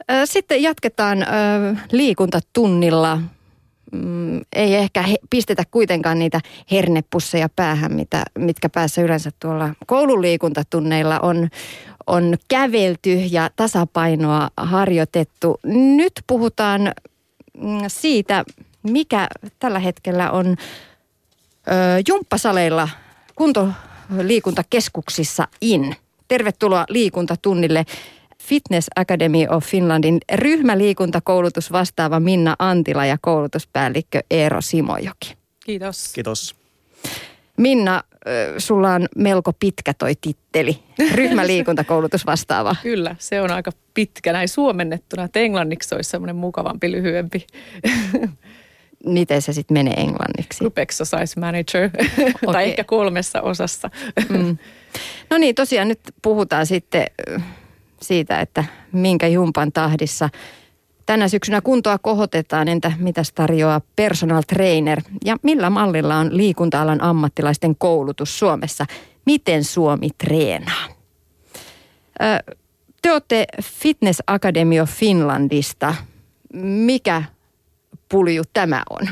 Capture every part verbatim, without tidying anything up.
Sitten jatketaan liikuntatunnilla. Ei ehkä pistetä kuitenkaan niitä hernepusseja päähän, mitä, mitkä päässä yleensä tuolla koululiikuntatunneilla on, on kävelty ja tasapainoa harjoitettu. Nyt puhutaan siitä, mikä tällä hetkellä on ö, jumppasaleilla kuntoliikuntakeskuksissa in. Tervetuloa liikuntatunnille Fitness Academy of Finlandin ryhmäliikuntakoulutus vastaava Minna Antila ja koulutuspäällikkö Eero Simojoki. Kiitos. Kiitos. Minna, sulla on melko pitkä toi titteli, ryhmäliikuntakoulutus vastaava. Kyllä, se on aika pitkä näin suomennettuna, että englanniksi olisi semmoinen mukavampi, lyhyempi. Miten se sitten menee englanniksi? Group Exercise Manager, okay. Tai ehkä kolmessa osassa. Mm. No niin, tosiaan nyt puhutaan sitten siitä, että minkä jumpan tahdissa tänä syksynä kuntoa kohotetaan, entä mitäs tarjoaa personal trainer ja millä mallilla on liikunta-alan ammattilaisten koulutus Suomessa? Miten Suomi treenaa? Te olette Fitness Academy of Finlandista. Mikä pulju tämä on?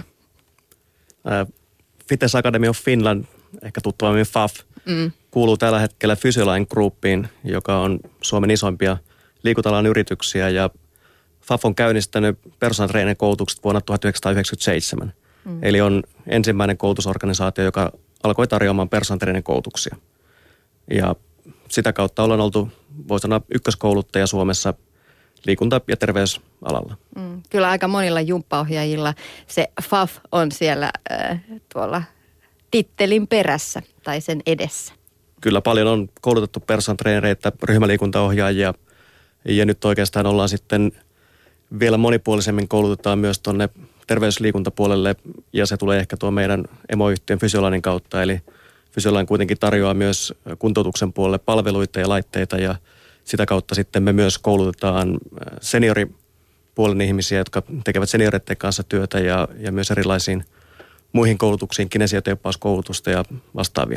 Fitness Academy of Finland, ehkä tuttuammin F A F, mm. kuuluu tällä hetkellä Physioline Groupiin, joka on Suomen isoimpia liikunta-alan yrityksiä, ja F A F on käynnistänyt personal trainer koulutukset vuonna tuhatyhdeksänsataayhdeksänkymmentäseitsemän. Mm. Eli on ensimmäinen koulutusorganisaatio, joka alkoi tarjoamaan personal trainer koulutuksia. Ja sitä kautta ollaan oltu, voi sanoa, ykköskouluttaja Suomessa liikunta- ja terveysalalla. Mm, kyllä aika monilla jumppaohjaajilla se F A F on siellä äh, tuolla tittelin perässä tai sen edessä. Kyllä paljon on koulutettu personal trainereita, ryhmäliikuntaohjaajia ja nyt oikeastaan ollaan sitten vielä monipuolisemmin koulutetaan myös tuonne terveysliikuntapuolelle ja se tulee ehkä tuon meidän emoyhtiön Physiolainen kautta. Eli Physiolainen kuitenkin tarjoaa myös kuntoutuksen puolelle palveluita ja laitteita ja sitä kautta sitten me myös koulutetaan senioripuolen ihmisiä, jotka tekevät senioreiden kanssa työtä ja, ja myös erilaisiin muihin koulutuksiin, kinesioterapiauskoulutusta ja vastaavia.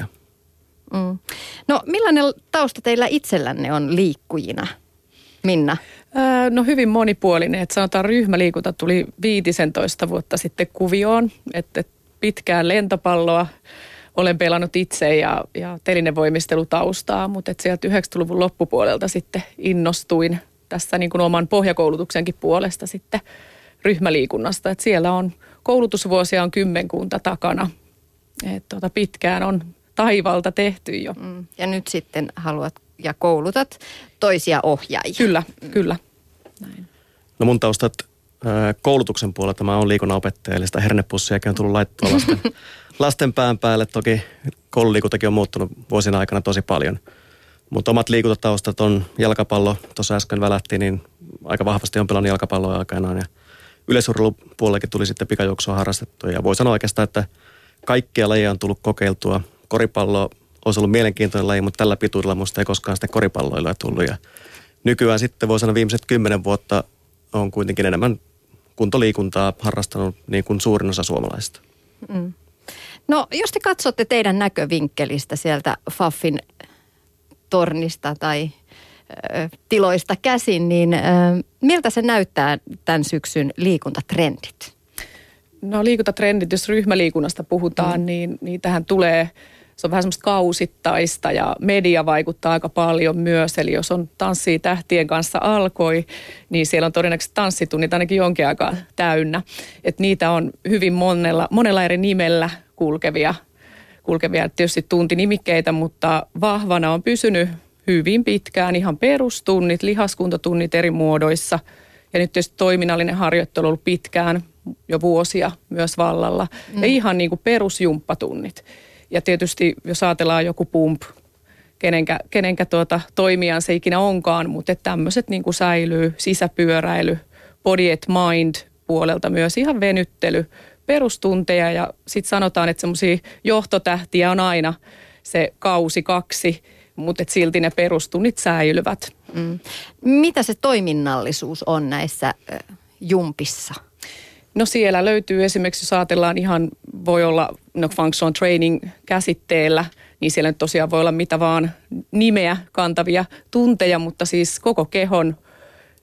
Mm. No millainen tausta teillä itsellänne on liikkujina, Minna? Öö, no hyvin monipuolinen, että sanotaan ryhmäliikunta tuli viitisentoista vuotta sitten kuvioon, että pitkään lentopalloa olen pelannut itse ja, ja telinevoimistelutaustaa, mutta et sieltä yhdeksänkymmentäluvun loppupuolelta sitten innostuin tässä niin kuin oman pohjakoulutuksenkin puolesta sitten ryhmäliikunnasta. Et siellä on koulutusvuosia on kymmenkunta takana, että tuota, pitkään on taivalta tehty jo. Mm. Ja nyt sitten haluat ja koulutat toisia ohjaajia. Kyllä, mm. kyllä. Näin. No mun taustat koulutuksen puolelta mä oon liikunnanopettaja, eli sitä hernepussiakin on tullut laittua lasten, lasten pään päälle. Toki koululiikuntakin on muuttunut vuosina aikana tosi paljon. Mutta omat liikuntataustat on jalkapallo, tuossa äsken välähti, niin aika vahvasti on pelannut jalkapalloa aikanaan. Ja yleisurheilupuolellakin tuli sitten pikajuoksua harrastettua. Ja voi sanoa oikeastaan, että kaikkia lajeja on tullut kokeiltua. Koripallo olisi ollut mielenkiintoinen laji, mutta tällä pituudella musta ei koskaan sitä koripalloilla tullut. Ja nykyään sitten voi sanoa viimeiset kymmenen vuotta on kuitenkin enemmän kuntoliikuntaa harrastanut niin kuin suurin osa suomalaisista. Mm. No jos te katsotte teidän näkövinkkelistä sieltä Faffin tornista tai ö, tiloista käsin, niin ö, miltä se näyttää tämän syksyn liikuntatrendit? No liikuntatrendit, jos ryhmäliikunnasta puhutaan, mm. niin niitähän tulee, se on vähän semmoista kausittaista ja media vaikuttaa aika paljon myös. Eli jos on Tanssii tähtien kanssa alkoi, niin siellä on todennäköisesti tanssitunnit ainakin jonkin aikaa täynnä. Että niitä on hyvin monella, monella eri nimellä kulkevia, kulkevia tietysti tuntinimikkeitä, mutta vahvana on pysynyt hyvin pitkään ihan perustunnit, lihaskuntatunnit eri muodoissa. Ja nyt tietysti toiminnallinen harjoittelu on ollut pitkään, jo vuosia myös vallalla. Mm. Ja ihan niin kuin perusjumppatunnit. Ja tietysti jos ajatellaan joku pump, kenenkä, kenenkä tuota toimijan se ikinä onkaan, mutta tämmöiset niin kuin säilyy, sisäpyöräily, body at mind puolelta myös ihan venyttely, perustunteja ja sitten sanotaan, että semmoisia johtotähtiä on aina se kausi kaksi, mutta silti ne perustunnit säilyvät. Mm. Mitä se toiminnallisuus on näissä äh, jumpissa? No siellä löytyy esimerkiksi, jos ajatellaan ihan, voi olla no functional training käsitteellä, niin siellä nyt tosiaan voi olla mitä vaan nimeä kantavia tunteja, mutta siis koko kehon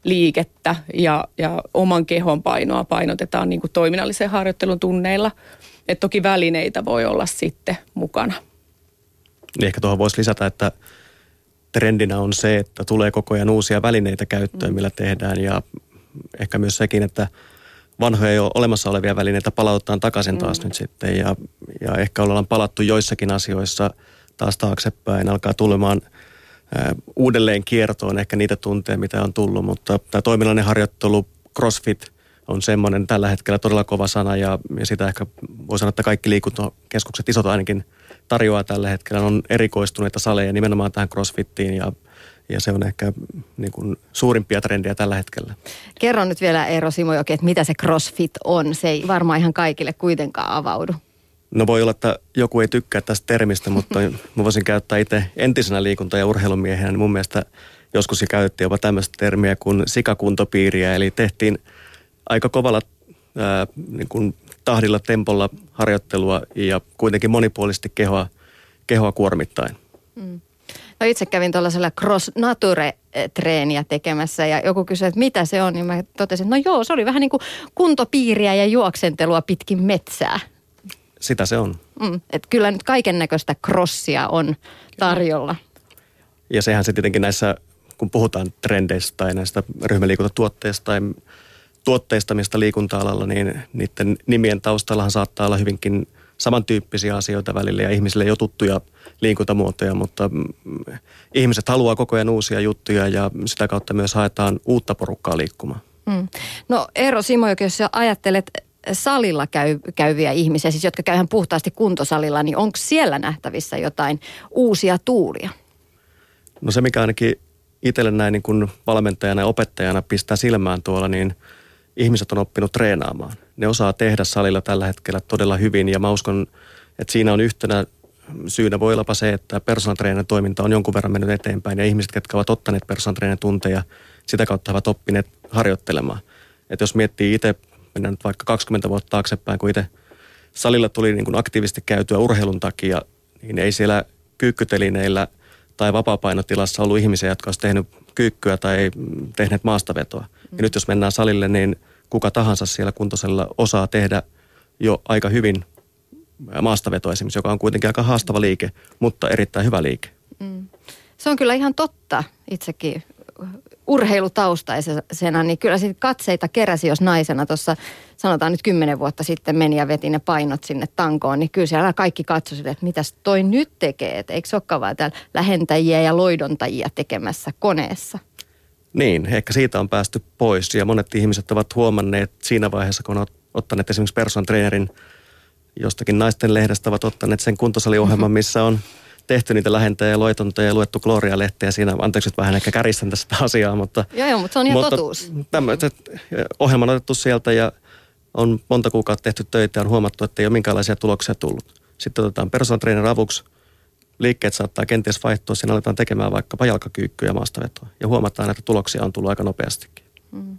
liikettä ja, ja oman kehon painoa painotetaan niin kuin toiminnallisen harjoittelun tunneilla. Et toki välineitä voi olla sitten mukana. Niin ehkä tuohon voisi lisätä, että trendinä on se, että tulee koko ajan uusia välineitä käyttöön, millä tehdään. Ja ehkä myös sekin, että vanhoja jo olemassa olevia välineitä palautetaan takaisin taas mm. nyt sitten. Ja, ja ehkä ollaan palattu joissakin asioissa taas taaksepäin. Alkaa tulemaan ää, uudelleen kiertoon ehkä niitä tunteja, mitä on tullut. Mutta tämä toiminnallinen harjoittelu, CrossFit, on semmoinen tällä hetkellä todella kova sana. Ja, ja sitä ehkä voi sanoa, että kaikki liikuntakeskukset, isot ainakin, tarjoaa tällä hetkellä. On erikoistuneita saleja nimenomaan tähän CrossFittiin ja, ja se on ehkä niin kuin suurimpia trendejä tällä hetkellä. Kerro nyt vielä Eero Simojoki, että mitä se CrossFit on. Se ei varmaan ihan kaikille kuitenkaan avaudu. No voi olla, että joku ei tykkää tästä termistä, mutta mä voisin käyttää itse entisenä liikunta- ja urheilumiehenä. Niin mun mielestä joskus jo käytettiin jopa tämmöistä termiä kuin sikakuntopiiriä. Eli tehtiin aika kovalla ää, niin kuin tahdilla, tempolla harjoittelua ja kuitenkin monipuolisesti kehoa, kehoa kuormittain. Mm. No itse kävin tuollaisella Cross Nature-treeniä tekemässä ja joku kysyi, että mitä se on, niin mä totesin, että no joo, se oli vähän niin kuin kuntopiiriä ja juoksentelua pitkin metsää. Sitä se on. Mm. Että kyllä nyt kaiken näköistä crossia on tarjolla. Ja sehän se tietenkin näissä, kun puhutaan trendeistä tai näistä ryhmäliikuntatuotteista tai tuotteistamista liikunta-alalla, niin niiden nimien taustallahan saattaa olla hyvinkin samantyyppisiä asioita välillä ja ihmisille jo tuttuja liikuntamuotoja, mutta ihmiset haluaa koko ajan uusia juttuja ja sitä kautta myös haetaan uutta porukkaa liikkumaan. Mm. No Eero Simojoki, jos ajattelet salilla käy, käyviä ihmisiä, siis jotka käyhän puhtaasti kuntosalilla, niin onko siellä nähtävissä jotain uusia tuuria? No se, mikä ainakin itselle näin niin kuin valmentajana ja opettajana pistää silmään tuolla, niin ihmiset on oppinut treenaamaan. Ne osaa tehdä salilla tällä hetkellä todella hyvin ja mä uskon, että siinä on yhtenä syynä voi olla se, että personal trainer toiminta on jonkun verran mennyt eteenpäin ja ihmiset, jotka ovat ottaneet personal trainer tunteja, sitä kautta ovat oppineet harjoittelemaan. Että jos miettii itse, mennään nyt vaikka kaksikymmentä vuotta taaksepäin, kun itse salilla tuli niin kuin aktiivisesti käytyä urheilun takia, niin ei siellä kyykkytelineillä tai vapaapainotilassa ollut ihmisiä, jotka olisi tehnyt kyykkyä tai tehneet maastavetoa. Mm. Ja nyt jos mennään salille, niin kuka tahansa siellä kuntosalilla osaa tehdä jo aika hyvin maastavetoa esimerkiksi, joka on kuitenkin aika haastava liike, mutta erittäin hyvä liike. Mm. Se on kyllä ihan totta itsekin urheilutaustaisena, niin kyllä sitten katseita keräsi, jos naisena tuossa sanotaan nyt kymmenen vuotta sitten meni ja veti ne painot sinne tankoon, niin kyllä siellä kaikki katsoi, että mitäs toi nyt tekee, että eikö se olekaan vaan täällä lähentäjiä ja loidontajia tekemässä koneessa. Niin, ehkä siitä on päästy pois ja monet ihmiset ovat huomanneet siinä vaiheessa, kun on ottaneet esimerkiksi personal trainerin jostakin naisten lehdestä, ovat ottaneet sen kuntosaliohjelman, missä on tehty niitä lähentäjä ja loitontoja ja luettu Gloria-lehteä siinä. Anteeksi, että vähän ehkä käristän tästä asiaa, mutta... Joo, joo, mutta se on ihan mutta totuus. Tämmöiset ohjelman on otettu sieltä ja on monta kuukautta tehty töitä ja on huomattu, että ei ole minkäänlaisia tuloksia tullut. Sitten otetaan personal trainer avuksi. Liikkeet saattaa kenties vaihtua, siinä aletaan tekemään vaikkapa jalkakyykkyä ja maastavetoa. Ja huomataan, että tuloksia on tullut aika nopeastikin. Hmm.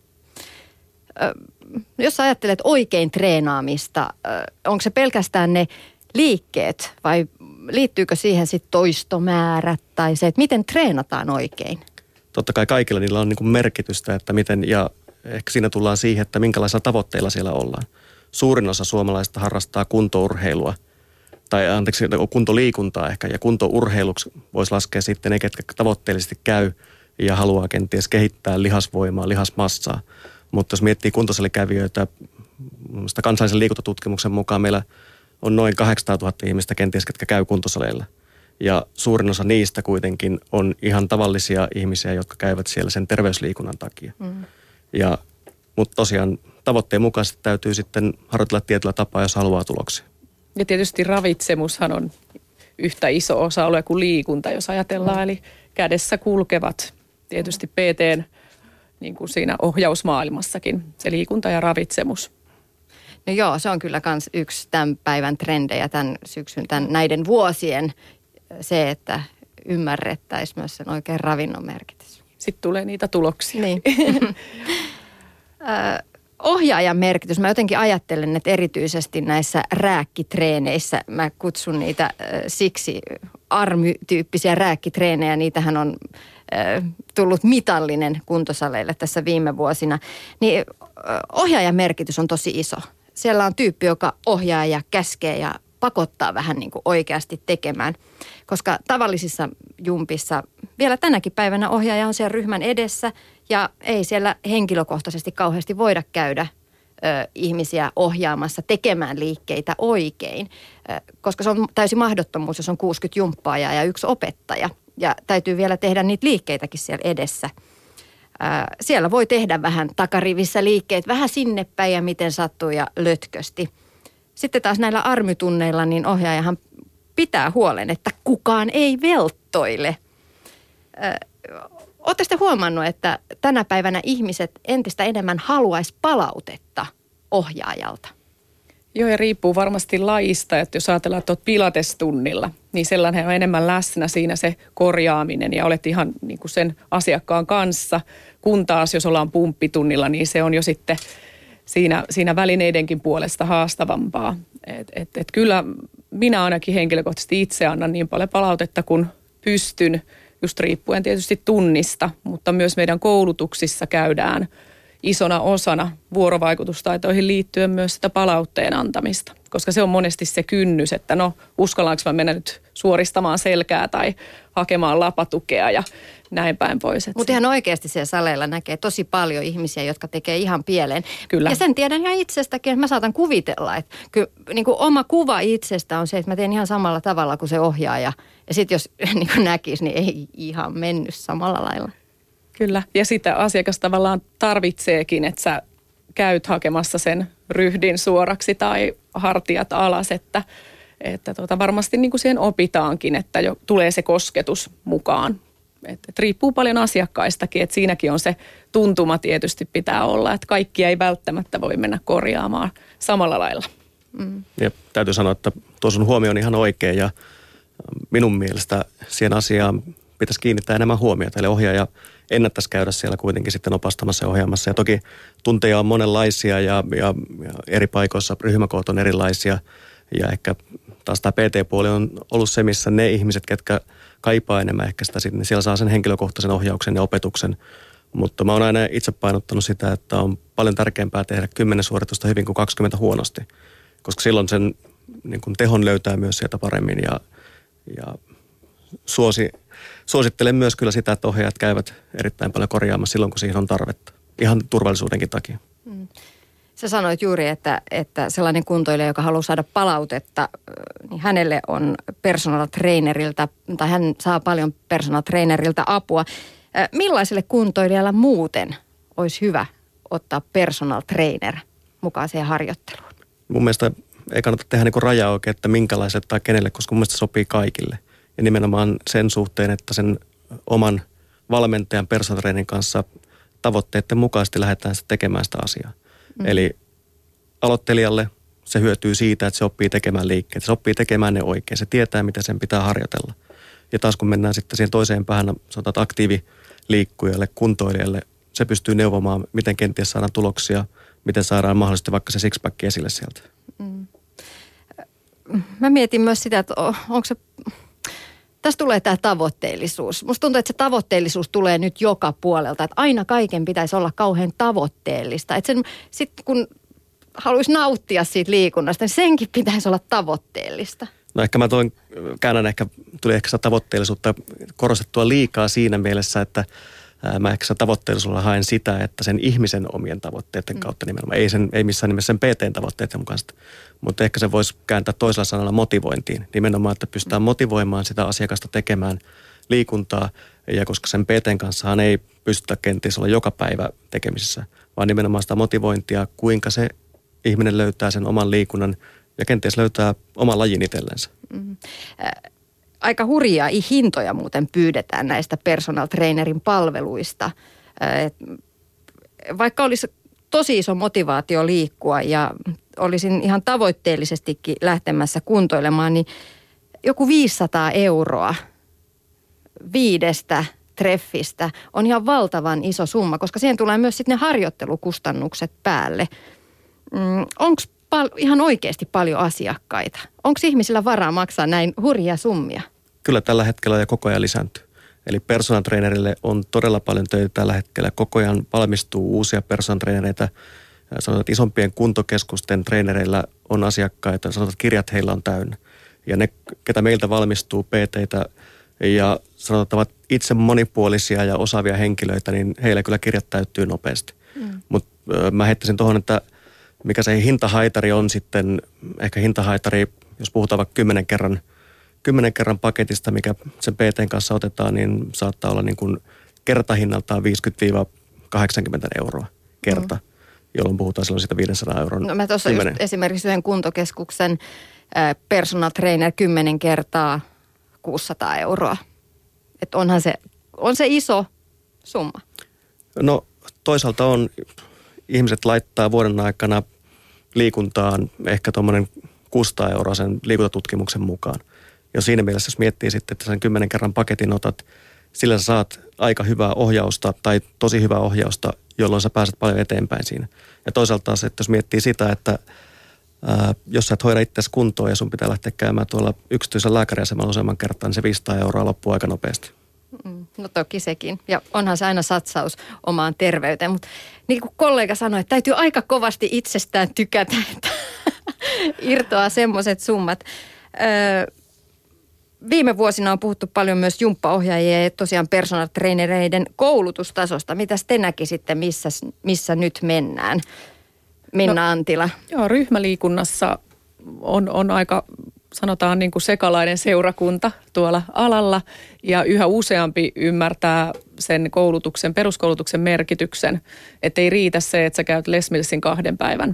Ö, jos ajattelet oikein treenaamista, ö, onko se pelkästään ne liikkeet vai liittyykö siihen sitten toistomäärät tai se, että miten treenataan oikein? Totta kai kaikilla niillä on niin kuin merkitystä, että miten, ja ehkä siinä tullaan siihen, että minkälaisilla tavoitteilla siellä ollaan. Suurin osa suomalaisista harrastaa kuntourheilua, tai anteeksi, kuntoliikuntaa ehkä, ja kuntourheiluksi voisi laskea sitten ne, ketkä tavoitteellisesti käy ja haluaa kenties kehittää lihasvoimaa, lihasmassaa. Mutta jos miettii kuntosalikävijöitä, kansallisen liikuntatutkimuksen mukaan meillä on noin kahdeksansataatuhatta ihmistä kenties, ketkä käy kuntosaleilla. Ja suurin osa niistä kuitenkin on ihan tavallisia ihmisiä, jotka käyvät siellä sen terveysliikunnan takia. Mm. Ja, mutta tosiaan tavoitteen mukaisesti täytyy sitten harjoitella tietyllä tapaa, jos haluaa tuloksia. Ja tietysti ravitsemushan on yhtä iso osa-alue kuin liikunta, jos ajatellaan. Mm. Eli kädessä kulkevat tietysti P T:n niin kuin siinä ohjausmaailmassakin, se liikunta ja ravitsemus. No joo, se on kyllä myös yksi tämän päivän trendejä, tämän syksyn, tämän, näiden vuosien se, että ymmärrettäisiin myös sen oikein ravinnon merkitys. Sitten tulee niitä tuloksia. Niin. Ohjaajan merkitys. Mä jotenkin ajattelen, että erityisesti näissä rääkkitreeneissä, mä kutsun niitä siksi army-tyyppisiä rääkkitreenejä, niitähän on tullut mitallinen kuntosaleille tässä viime vuosina, niin ohjaajan merkitys on tosi iso. Siellä on tyyppi, joka ohjaa ja käskee ja pakottaa vähän niin kuin oikeasti tekemään, koska tavallisissa jumpissa vielä tänäkin päivänä ohjaaja on siellä ryhmän edessä ja ei siellä henkilökohtaisesti kauheasti voida käydä ö, ihmisiä ohjaamassa tekemään liikkeitä oikein, ö, koska se on täysin mahdottomuus, jos on kuusikymmentä jumppaajaa ja yksi opettaja ja täytyy vielä tehdä niitä liikkeitäkin siellä edessä. Ö, siellä voi tehdä vähän takarivissä liikkeet, vähän sinne päin ja miten sattuu ja lötkösti. Sitten taas näillä armytunneilla niin ohjaajahan pitää huolen, että kukaan ei velttoile. Oletteko te huomannut, että tänä päivänä ihmiset entistä enemmän haluaisi palautetta ohjaajalta? Joo, ja riippuu varmasti lajista, että jos ajatellaan, että olet pilatestunnilla, niin sellainen on enemmän läsnä siinä se korjaaminen ja olet ihan niin kuin sen asiakkaan kanssa, kun taas jos ollaan pumppitunnilla, niin se on jo sitten siinä, siinä välineidenkin puolesta haastavampaa. Et, et, et kyllä minä ainakin henkilökohtaisesti itse annan niin paljon palautetta, kun pystyn, just riippuen tietysti tunnista, mutta myös meidän koulutuksissa käydään isona osana vuorovaikutustaitoihin liittyen myös sitä palautteen antamista, koska se on monesti se kynnys, että no uskallanko mä mennä nyt suoristamaan selkää tai hakemaan lapatukea ja näin päin pois. Mutta ihan oikeasti siellä saleilla näkee tosi paljon ihmisiä, jotka tekee ihan pieleen. Kyllä. Ja sen tiedän ihan itsestäkin, että mä saatan kuvitella, että kyllä niin kuin oma kuva itsestä on se, että mä teen ihan samalla tavalla kuin se ohjaaja. Ja sitten jos niin kuin näkisi, niin ei ihan mennyt samalla lailla. Kyllä, ja sitä asiakas tavallaan tarvitseekin, että sä käyt hakemassa sen ryhdin suoraksi tai hartiat alas, että, että tuota, varmasti niin kuin siihen opitaankin, että jo tulee se kosketus mukaan. Et, et riippuu paljon asiakkaistakin, että siinäkin on se tuntuma tietysti pitää olla, että kaikki ei välttämättä voi mennä korjaamaan samalla lailla. Mm. Ja täytyy sanoa, että tuo sun huomio on ihan oikein ja minun mielestä siihen asiaan pitäisi kiinnittää enemmän huomiota. Eli ohjaaja ennättäisi käydä siellä kuitenkin sitten opastamassa ja ohjaamassa. Ja toki tunteja on monenlaisia ja, ja, ja eri paikoissa ryhmäkoot on erilaisia. Ja ehkä taas tämä P T-puoli on ollut se, missä ne ihmiset, ketkä kaipaa enemmän ehkä sitä, niin siellä saa sen henkilökohtaisen ohjauksen ja opetuksen. Mutta mä oon aina itse painottanut sitä, että on paljon tärkeämpää tehdä kymmenen suoritusta hyvin kuin kaksikymmentä huonosti. Koska silloin sen niin kun tehon löytää myös sieltä paremmin ja, ja suosi, suosittelen myös kyllä sitä, että ohjaajat käyvät erittäin paljon korjaamassa silloin, kun siihen on tarvetta. Ihan turvallisuudenkin takia. Mm. Sä sanoit juuri, että, että sellainen kuntoilija, joka haluaa saada palautetta, niin hänelle on personal trainerilta, tai hän saa paljon personal trainerilta apua. Millaiselle kuntoilijalle muuten olisi hyvä ottaa personal trainer mukaan siihen harjoitteluun? Mun mielestä ei kannata tehdä niin kuin rajaa oikein, että minkälaiset tai kenelle, koska mun mielestä se sopii kaikille. Ja nimenomaan sen suhteen, että sen oman valmentajan personal trainerin kanssa tavoitteiden mukaisesti lähdetään tekemään sitä asiaa. Mm. Eli aloittelijalle se hyötyy siitä, että se oppii tekemään liikkeet, se oppii tekemään ne oikein, se tietää, mitä sen pitää harjoitella. Ja taas kun mennään sitten siihen toiseen päähän, sanotaan aktiiviliikkujalle, kuntoilijalle, se pystyy neuvomaan, miten kenties saadaan tuloksia, miten saadaan mahdollisesti vaikka se sixpack esille sieltä. Mm. Mä mietin myös sitä, että onko se... Tässä tulee tämä tavoitteellisuus. Musta tuntuu, että se tavoitteellisuus tulee nyt joka puolelta. Että aina kaiken pitäisi olla kauhean tavoitteellista. Että sitten kun haluaisi nauttia siitä liikunnasta, niin senkin pitäisi olla tavoitteellista. No ehkä mä toin, käännän ehkä, tuli ehkä sitä tavoitteellisuutta korostettua liikaa siinä mielessä, että ää, mä ehkä tavoitteellisuudella haen sitä, että sen ihmisen omien tavoitteiden kautta nimenomaan. Ei, sen, ei missään nimessä sen P T:n tavoitteiden mukaisesti. Mutta ehkä se voisi kääntää toisella sanalla motivointiin. Nimenomaan, että pystytään motivoimaan sitä asiakasta tekemään liikuntaa. Ja koska sen P T:n kanssahan ei pystytä kenties olla joka päivä tekemisissä, vaan nimenomaan sitä motivointia, kuinka se ihminen löytää sen oman liikunnan ja kenties löytää oman lajin itsellensä. Mm. Aika hurjaa hintoja muuten pyydetään näistä personal trainerin palveluista. Vaikka olisi tosi iso motivaatio liikkua ja olisin ihan tavoitteellisestikin lähtemässä kuntoilemaan, niin joku viisisataa euroa viidestä treffistä on ihan valtavan iso summa, koska siihen tulee myös sitten ne harjoittelukustannukset päälle. Mm, onko pal- ihan oikeasti paljon asiakkaita? Onko ihmisillä varaa maksaa näin hurjia summia? Kyllä tällä hetkellä ja koko ajan lisääntyy. Eli personal trainerille on todella paljon töitä tällä hetkellä. Koko ajan valmistuu uusia personal trainereita. Sanotaan, että isompien kuntokeskusten trainereilla on asiakkaita. Sanotaan, että kirjat heillä on täynnä. Ja ne, ketä meiltä valmistuu, P T:itä ja sanotaan, että ovat itse monipuolisia ja osaavia henkilöitä, niin heillä kyllä kirjat täyttyy nopeasti. Mm. Mutta mä heittäisin tuohon, että mikä se hintahaitari on sitten, ehkä hintahaitari, jos puhutaan vaikka kymmenen kerran, kymmenen kerran paketista, mikä sen P T:n kanssa otetaan, niin saattaa olla niin kuin kertahinnaltaan viisikymmentä kahdeksankymmentä euroa kerta, mm. jolloin puhutaan silloin sitä viisisataa euron. No mä tuossa just esimerkiksi yhden kuntokeskuksen äh, personal trainer kymmenen kertaa kuusisataa euroa. Että onhan se, on se iso summa. No toisaalta on, ihmiset laittaa vuoden aikana liikuntaan ehkä tuommoinen kuusisataa euroa sen liikuntatutkimuksen mukaan. Ja siinä mielessä, jos miettii sitten, että sen kymmenen kerran paketin otat, sillä sä saat aika hyvää ohjausta tai tosi hyvää ohjausta, jolloin sä pääset paljon eteenpäin siinä. Ja toisaalta taas, että jos miettii sitä, että ää, jos sä et hoida itseäsi kuntoon ja sun pitää lähteä käymään tuolla yksityisen lääkäriasemalla useamman kertaan, niin se viisisataa euroa loppuu aika nopeasti. No toki sekin. Ja onhan se aina satsaus omaan terveyteen. Mutta niin kuin kollega sanoi, että täytyy aika kovasti itsestään tykätä, että irtoaa semmoiset summat. Öö, viime vuosina on puhuttu paljon myös jumppaohjaajien ja tosiaan personal trainereiden koulutustasosta. Mitäs te näkisitte, missä, missä nyt mennään? Minna no, Antila. Joo, ryhmäliikunnassa on, on aika, sanotaan niin kuin sekalainen seurakunta tuolla alalla ja yhä useampi ymmärtää sen koulutuksen, peruskoulutuksen merkityksen, että ei riitä se, että sä käyt Les Millsin kahden päivän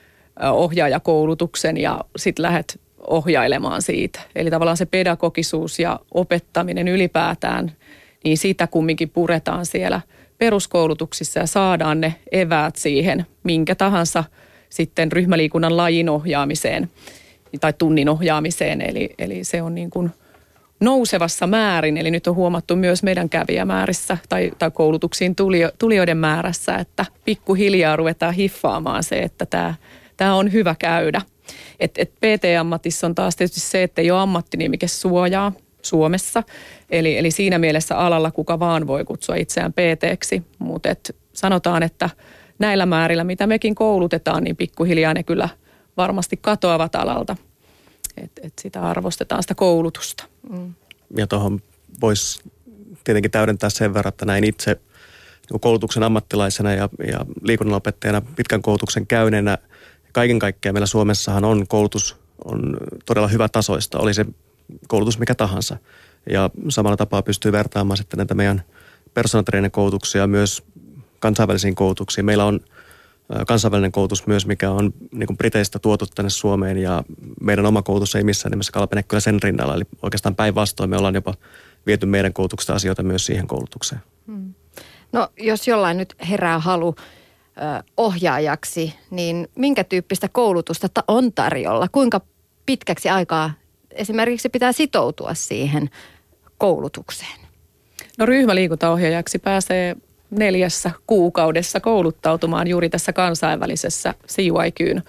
ohjaajakoulutuksen ja sit lähdet ohjailemaan siitä. Eli tavallaan se pedagogisuus ja opettaminen ylipäätään, niin sitä kumminkin puretaan siellä peruskoulutuksissa ja saadaan ne eväät siihen minkä tahansa sitten ryhmäliikunnan lajin ohjaamiseen tai tunnin ohjaamiseen. Eli, eli se on niin kuin nousevassa määrin, eli nyt on huomattu myös meidän kävijämäärissä tai, tai koulutuksiin tulio, tulijoiden määrässä, että pikkuhiljaa ruvetaan hiffaamaan se, että tämä, tämä on hyvä käydä. Et, et P T-ammatissa on taas tietysti se, että ei ole ammattinimike suojaa Suomessa, eli, eli siinä mielessä alalla kuka vaan voi kutsua itseään P T:ksi, mutta et sanotaan, että näillä määrillä, mitä mekin koulutetaan, niin pikkuhiljaa ne kyllä varmasti katoavat alalta. Että et sitä arvostetaan, sitä koulutusta. Mm. Ja tuohon voisi tietenkin täydentää sen verran, että näin itse koulutuksen ammattilaisena ja, ja liikunnanopettajana pitkän koulutuksen käyneenä. Kaiken kaikkiaan meillä Suomessahan on koulutus on todella hyvä tasoista, oli se koulutus mikä tahansa. Ja samalla tapaa pystyy vertaamaan sitten näitä meidän personal trainer koulutuksia myös kansainvälisiin koulutuksiin. Meillä on kansainvälinen koulutus myös, mikä on niin kuin Briteistä tuotu tänne Suomeen ja meidän oma koulutus ei missään nimessä kalpene kyllä sen rinnalla. Eli oikeastaan päinvastoin me ollaan jopa viety meidän koulutuksesta asioita myös siihen koulutukseen. Hmm. No jos jollain nyt herää halu ö, ohjaajaksi, niin minkä tyyppistä koulutusta on tarjolla? Kuinka pitkäksi aikaa esimerkiksi pitää sitoutua siihen koulutukseen? No ryhmäliikuntaohjaajaksi pääsee neljässä kuukaudessa kouluttautumaan juuri tässä kansainvälisessä C U I Q:n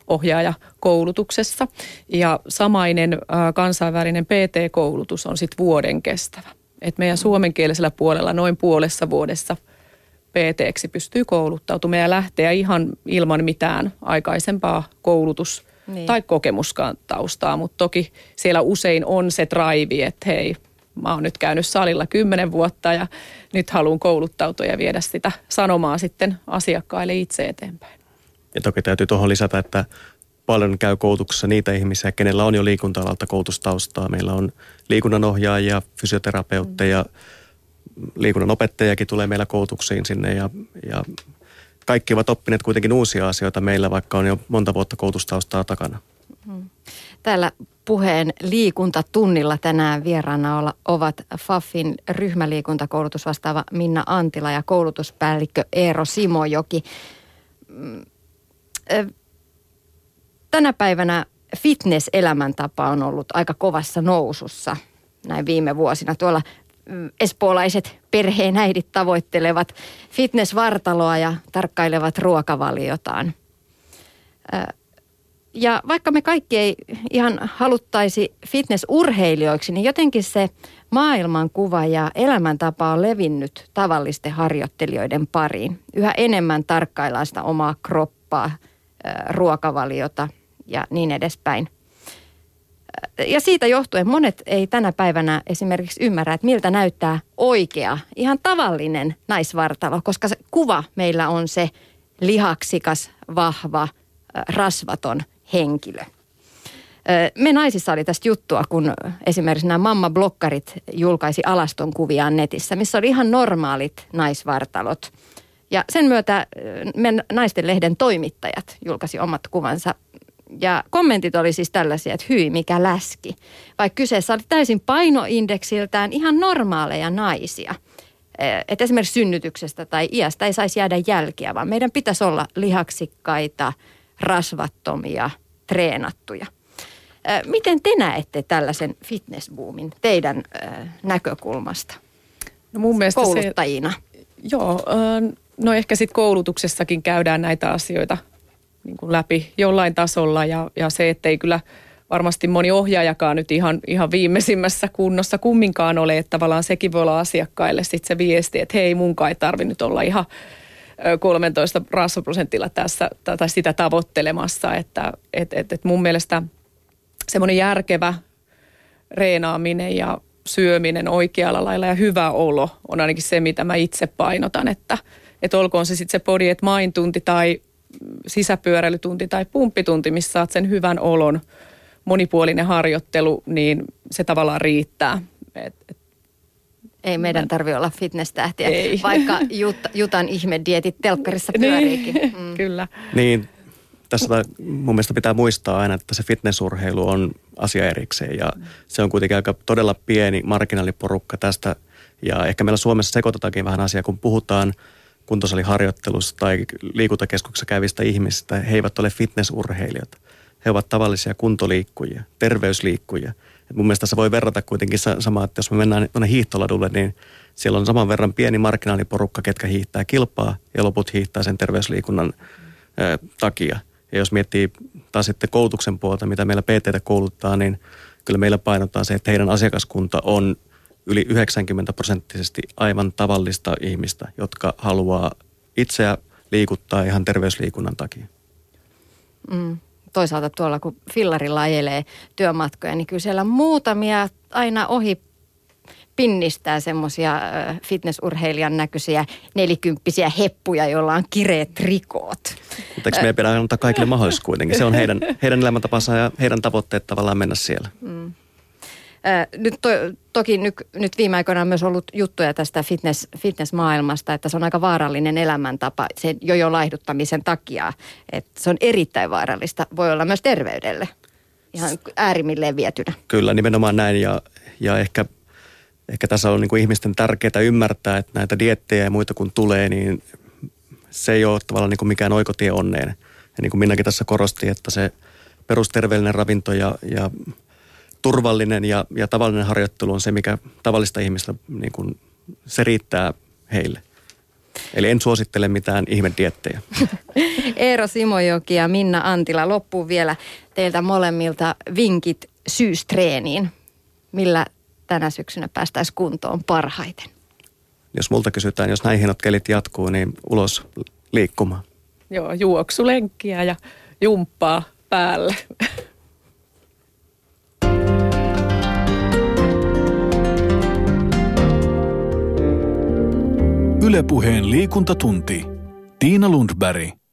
ohjaajakoulutuksessa. Ja samainen äh, kansainvälinen P T-koulutus on sitten vuoden kestävä. Et meidän suomenkielisellä puolella noin puolessa vuodessa P T:ksi pystyy kouluttautumaan ja lähteä ihan ilman mitään aikaisempaa koulutus- niin. tai kokemuskaan taustaa. Mutta toki siellä usein on se drive, että hei, mä oon nyt käynyt salilla kymmenen vuotta ja nyt haluan kouluttautua ja viedä sitä sanomaa sitten asiakkaille itse eteenpäin. Ja toki täytyy tuohon lisätä, että paljon käy koulutuksessa niitä ihmisiä, kenellä on jo liikunta-alalta koulutustaustaa. Meillä on liikunnanohjaajia, fysioterapeutteja, liikunnanopettajakin tulee meillä koulutuksiin sinne ja, ja kaikki ovat oppineet kuitenkin uusia asioita meillä, vaikka on jo monta vuotta koulutustaustaa takana. Täällä puheen liikuntatunnilla tänään vieraana ovat Fafin ryhmäliikuntakoulutus vastaava Minna Antila ja koulutuspäällikkö Eero Simojoki. Tänä päivänä fitness-elämäntapa on ollut aika kovassa nousussa näin viime vuosina. Tuolla espoolaiset perheenäidit tavoittelevat fitnessvartaloa ja tarkkailevat ruokavaliotaan. Ja vaikka me kaikki ei ihan haluttaisi fitnessurheilijoiksi, niin jotenkin se maailmankuva ja elämäntapa on levinnyt tavallisten harjoittelijoiden pariin. Yhä enemmän tarkkaillaan sitä omaa kroppaa, ruokavaliota ja niin edespäin. Ja siitä johtuen monet ei tänä päivänä esimerkiksi ymmärrä, että miltä näyttää oikea, ihan tavallinen naisvartalo, koska se kuva meillä on se lihaksikas, vahva, rasvaton henkilö. Me naisissa oli tästä juttua, kun esimerkiksi nämä mamma-blokkarit julkaisi alaston kuviaan netissä, missä oli ihan normaalit naisvartalot. Ja sen myötä me naisten lehden toimittajat julkaisi omat kuvansa. Ja kommentit oli siis tällaisia, että hyi mikä läski. Vaikka kyseessä oli täysin painoindeksiltään ihan normaaleja naisia. Että esimerkiksi synnytyksestä tai iästä ei saisi jäädä jälkiä, vaan meidän pitäisi olla lihaksikkaita, rasvattomia, treenattuja. Miten te näette tällaisen fitnessboomin teidän näkökulmasta? No mun mielestä kouluttajina. Se, joo, no ehkä sitten koulutuksessakin käydään näitä asioita niin kuin läpi jollain tasolla ja, ja se, ettei kyllä varmasti moni ohjaajakaan nyt ihan, ihan viimeisimmässä kunnossa kumminkaan ole, että tavallaan sekin voi olla asiakkaille sitten se viesti, että hei munkaan ei tarvitse nyt olla ihan kolmetoista rasvaprosentilla tässä tai sitä tavoittelemassa, että et, et, et mun mielestä semmoinen järkevä reenaaminen ja syöminen oikealla lailla ja hyvä olo on ainakin se, mitä mä itse painotan, että et olkoon se sitten se body at mind tunti tai sisäpyöräilytunti tai pumppitunti, missä saat sen hyvän olon, monipuolinen harjoittelu, niin se tavallaan riittää. Et, et, ei meidän tarvitse olla fitness-tähtiä, ei. Vaikka Jut, Jutan ihme-dietit telkkarissa pyöriikin. Niin, mm. Kyllä. Niin, tässä mun mielestä pitää muistaa aina, että se fitnessurheilu on asia erikseen ja se on kuitenkin aika todella pieni marginaaliporukka tästä. Ja ehkä meillä Suomessa sekoitetaankin vähän asiaa, kun puhutaan kuntosaliharjoittelussa tai liikuntakeskuksessa käyvistä ihmisistä. He eivät ole fitnessurheilijoita. He ovat tavallisia kuntoliikkujia, terveysliikkujia. Et mun mielestä tässä voi verrata kuitenkin samaa, että jos me mennään tuonne hiihtoladulle, niin siellä on saman verran pieni marginaaliporukka, ketkä hiihtää kilpaa ja loput hiihtää sen terveysliikunnan ä, takia. Ja jos miettii taas sitten koulutuksen puolta, mitä meillä P T:tä kouluttaa, niin kyllä meillä painotetaan se, että heidän asiakaskunta on yli yhdeksänkymmentä prosenttisesti aivan tavallista ihmistä, jotka haluaa itseä liikuttaa ihan terveysliikunnan takia. Mm. Toisaalta tuolla, kun fillarilla ajelee työmatkoja, niin kyllä siellä muutamia aina ohi pinnistää semmoisia fitnessurheilijan näköisiä nelikymppisiä heppuja, joilla on kireet trikoot. Mutta eikö meidän pidä antaa kaikille mahdollisuus kuitenkin? Se on heidän, heidän elämäntapansa ja heidän tavoitteet tavallaan mennä siellä. Mm. Nyt to, toki nyt, nyt viime aikoina on myös ollut juttuja tästä fitness, fitnessmaailmasta, että se on aika vaarallinen elämäntapa sen jojo-laihduttamisen takia. Että se on erittäin vaarallista, voi olla myös terveydelle ihan äärimmilleen vietynä. Kyllä, nimenomaan näin ja, ja ehkä, ehkä tässä on niin kuin ihmisten tärkeää ymmärtää, että näitä dieettejä ja muita kun tulee, niin se ei ole tavallaan niin kuin mikään oikotie onneen. Ja niin kuin Minnakin tässä korosti, että se perusterveellinen ravinto ja, ja turvallinen ja, ja tavallinen harjoittelu on se, mikä tavallista ihmistä, niin kuin, se riittää heille. Eli en suosittele mitään ihmediettejä. Eero Simojoki ja Minna Antila, loppuun vielä teiltä molemmilta vinkit syystreeniin. Millä tänä syksynä päästäisiin kuntoon parhaiten? Jos multa kysytään, jos näin hienot kelit jatkuu, niin ulos liikkumaan. Joo, juoksulenkkiä ja jumppaa päälle. Yle Puheen liikuntatunti. Tiina Lundberg.